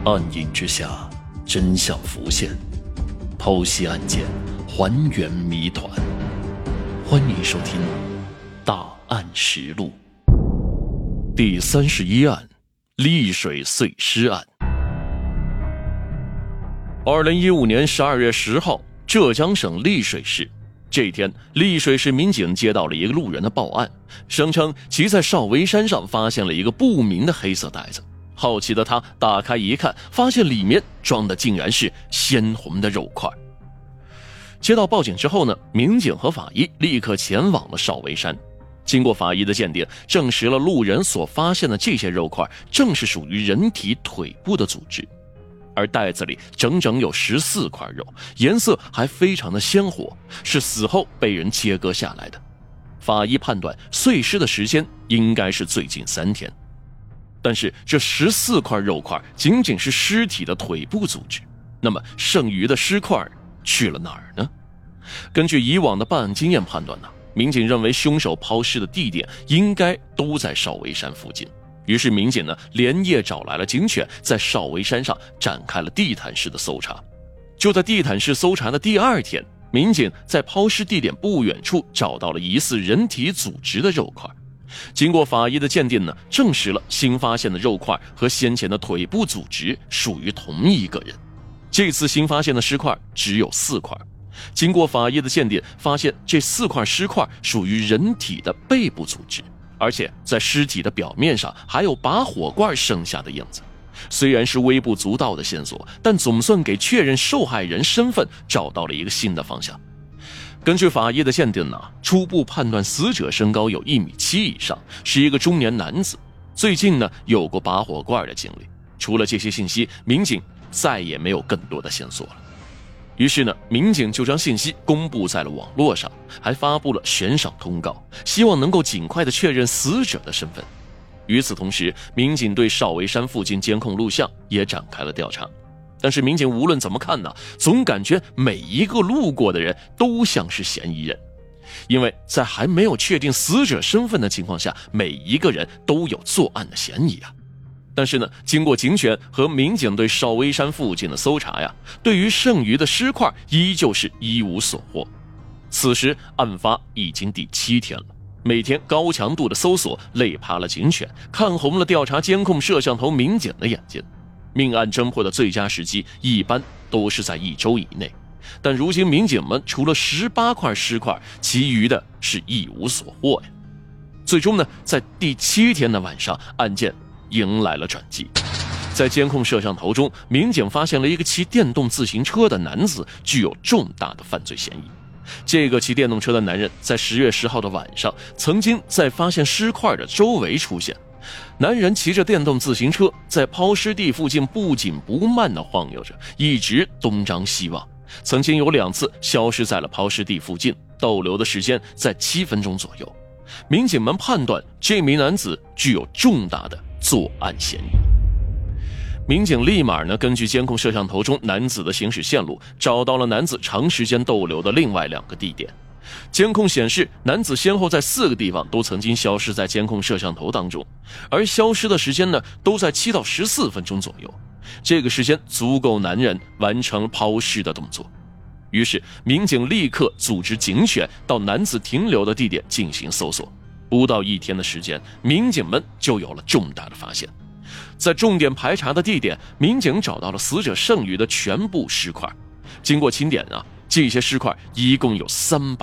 暗影之下，真相浮现，剖析案件，还原谜团。欢迎收听《大案实录》第31案：丽水碎尸案。2015年12月10号，浙江省丽水市。这天，丽水市民警接到了一个路人的报案，声称其在少围山上发现了一个不明的黑色袋子。好奇的他打开一看，发现里面装的竟然是鲜红的肉块。接到报警之后呢，民警和法医立刻前往了少围山。经过法医的鉴定，证实了路人所发现的这些肉块正是属于人体腿部的组织，而袋子里整整有14块肉，颜色还非常的鲜活，是死后被人切割下来的。法医判断碎尸的时间应该是最近3天。但是这14块肉块仅仅是尸体的腿部组织，那么剩余的尸块去了哪儿呢？根据以往的办案经验判断呢，民警认为凶手抛尸的地点应该都在少围山附近。于是民警呢连夜找来了警犬，在少围山上展开了地毯式的搜查。就在地毯式搜查的第2天，民警在抛尸地点不远处找到了疑似人体组织的肉块。经过法医的鉴定呢，证实了新发现的肉块和先前的腿部组织属于同一个人。这次新发现的尸块只有4块，经过法医的鉴定，发现这4块尸块属于人体的背部组织，而且在尸体的表面上还有拔火罐剩下的印子。虽然是微不足道的线索，但总算给确认受害人身份找到了一个新的方向。根据法医的鉴定呢，初步判断死者身高有1.7米以上，是一个中年男子，最近呢有过拔火罐的经历。除了这些信息，民警再也没有更多的线索了。于是呢，民警就将信息公布在了网络上，还发布了悬赏通告，希望能够尽快的确认死者的身份。与此同时，民警对少围山附近监控录像也展开了调查。但是民警无论怎么看呢，总感觉每一个路过的人都像是嫌疑人，因为在还没有确定死者身份的情况下，每一个人都有作案的嫌疑啊。但是呢，经过警犬和民警对少围山附近的搜查呀，对于剩余的尸块依旧是一无所获。此时案发已经第7天了，每天高强度的搜索累趴了警犬，看红了调查监控摄像头民警的眼睛。命案侦破的最佳时机一般都是在1周以内，但如今民警们除了18块尸块，其余的是一无所获呀。最终呢，在第7天的晚上，案件迎来了转机。在监控摄像头中，民警发现了一个骑电动自行车的男子具有重大的犯罪嫌疑。这个骑电动车的男人在10月10号的晚上曾经在发现尸块的周围出现。男人骑着电动自行车在抛尸地附近不紧不慢地晃悠着，一直东张西望，曾经有2次消失在了抛尸地附近，逗留的时间在7分钟左右。民警们判断这名男子具有重大的作案嫌疑。民警立马根据监控摄像头中男子的行驶线路，找到了男子长时间逗留的另外2个地点。监控显示，男子先后在4个地方都曾经消失在监控摄像头当中，而消失的时间都在7到14分钟左右。这个时间足够男人完成抛尸的动作。于是民警立刻组织警犬到男子停留的地点进行搜索。不到1天的时间，民警们就有了重大的发现。在重点排查的地点，民警找到了死者剩余的全部尸块。经过清点这些尸块一共有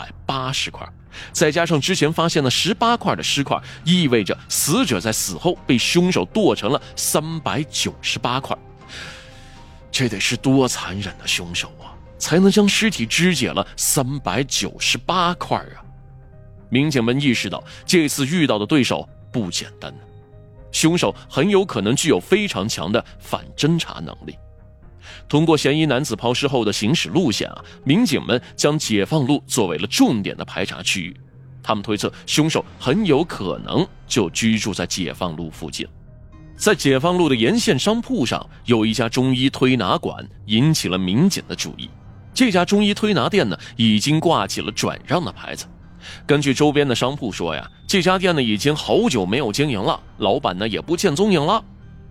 380块，再加上之前发现了18块的尸块，意味着死者在死后被凶手剁成了398块。这得是多残忍的凶手啊，才能将尸体肢解了398块啊！民警们意识到这次遇到的对手不简单，凶手很有可能具有非常强的反侦查能力。通过嫌疑男子抛尸后的行驶路线民警们将解放路作为了重点的排查区域。他们推测凶手很有可能就居住在解放路附近。在解放路的沿线商铺上有一家中医推拿馆，引起了民警的注意。这家中医推拿店已经挂起了转让的牌子。根据周边的商铺说呀，这家店已经好久没有经营了，老板也不见踪影了。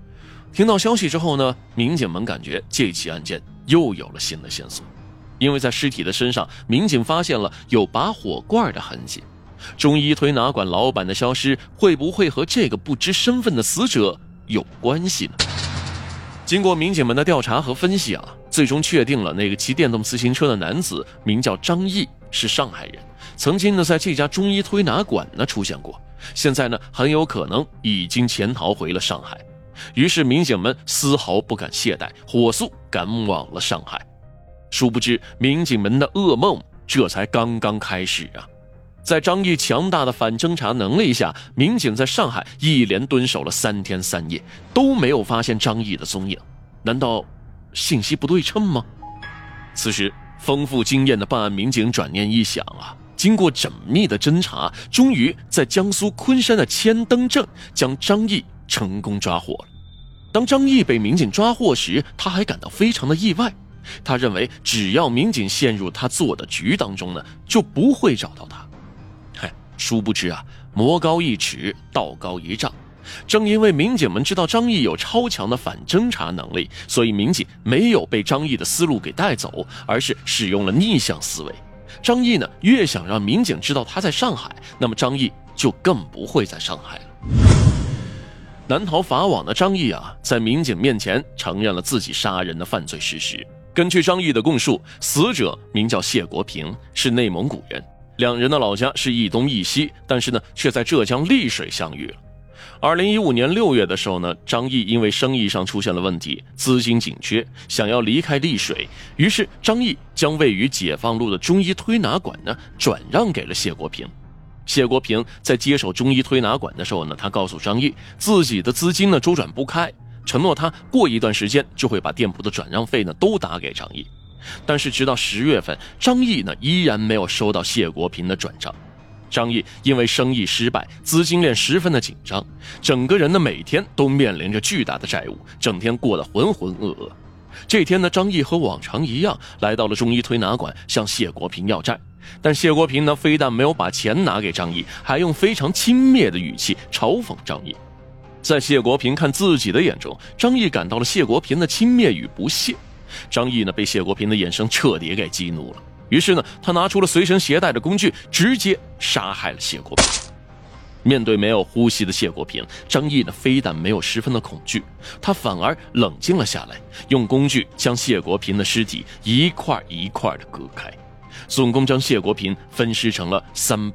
听到消息之后呢，民警们感觉这起案件又有了新的线索，因为在尸体的身上，民警发现了有拔火罐的痕迹。中医推拿馆老板的消失会不会和这个不知身份的死者有关系呢？经过民警们的调查和分析最终确定了那个骑电动自行车的男子名叫张毅，是上海人，曾经呢在这家中医推拿馆呢出现过，现在呢很有可能已经潜逃回了上海。于是民警们丝毫不敢懈怠，火速赶往了上海。殊不知民警们的噩梦这才刚刚开始在张毅强大的反侦查能力下，民警在上海一连蹲守了3天3夜，都没有发现张毅的踪影。难道信息不对称吗？此时丰富经验的办案民警转念一想经过缜密的侦查，终于在江苏昆山的千灯镇将张毅成功抓获了。当张毅被民警抓获时，他还感到非常的意外。他认为只要民警陷入他做的局当中呢，就不会找到他。殊不知魔高一尺，道高一丈。正因为民警们知道张毅有超强的反侦查能力，所以民警没有被张毅的思路给带走，而是使用了逆向思维。张毅呢，越想让民警知道他在上海，那么张毅就更不会在上海了。难逃法网的张毅在民警面前承认了自己杀人的犯罪事实。根据张毅的供述，死者名叫谢国平，是内蒙古人，两人的老家是一东一西，但是呢，却在浙江丽水相遇了。2015年6月的时候呢，张毅因为生意上出现了问题，资金紧缺，想要离开丽水，于是张毅将位于解放路的中医推拿馆呢转让给了谢国平。谢国平在接手中医推拿馆的时候呢，他告诉张毅自己的资金呢周转不开，承诺他过一段时间就会把店铺的转让费呢都打给张毅。但是直到10月份，张毅呢依然没有收到谢国平的转账。张毅因为生意失败，资金链十分的紧张，整个人呢每天都面临着巨大的债务，整天过得浑浑噩噩。这天呢，张毅和往常一样来到了中医推拿馆，向谢国平要债。但谢国平呢非但没有把钱拿给张毅，还用非常轻蔑的语气嘲讽张毅。在谢国平看自己的眼中，张毅感到了谢国平的轻蔑与不屑。张毅呢被谢国平的眼神彻底给激怒了，于是呢他拿出了随身携带的工具，直接杀害了谢国平。面对没有呼吸的谢国平，张毅呢非但没有十分的恐惧，他反而冷静了下来，用工具将谢国平的尸体一块一块的割开，总共将谢国平分尸成了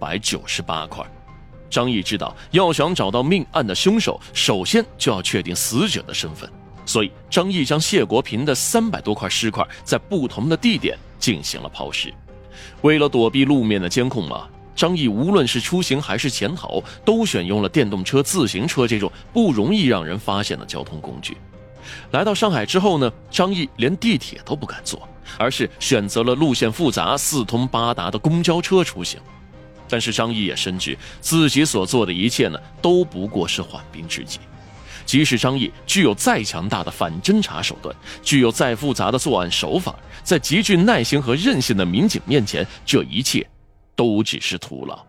398块。张毅知道，要想找到命案的凶手，首先就要确定死者的身份，所以张毅将谢国平的300多块尸块在不同的地点进行了抛尸。为了躲避路面的监控张毅无论是出行还是潜逃，都选用了电动车、自行车这种不容易让人发现的交通工具。来到上海之后呢，张毅连地铁都不敢坐，而是选择了路线复杂、四通八达的公交车出行。但是张毅也深知自己所做的一切呢，都不过是缓兵之计。即使张毅具有再强大的反侦查手段，具有再复杂的作案手法，在极具耐心和韧性的民警面前，这一切都只是徒劳。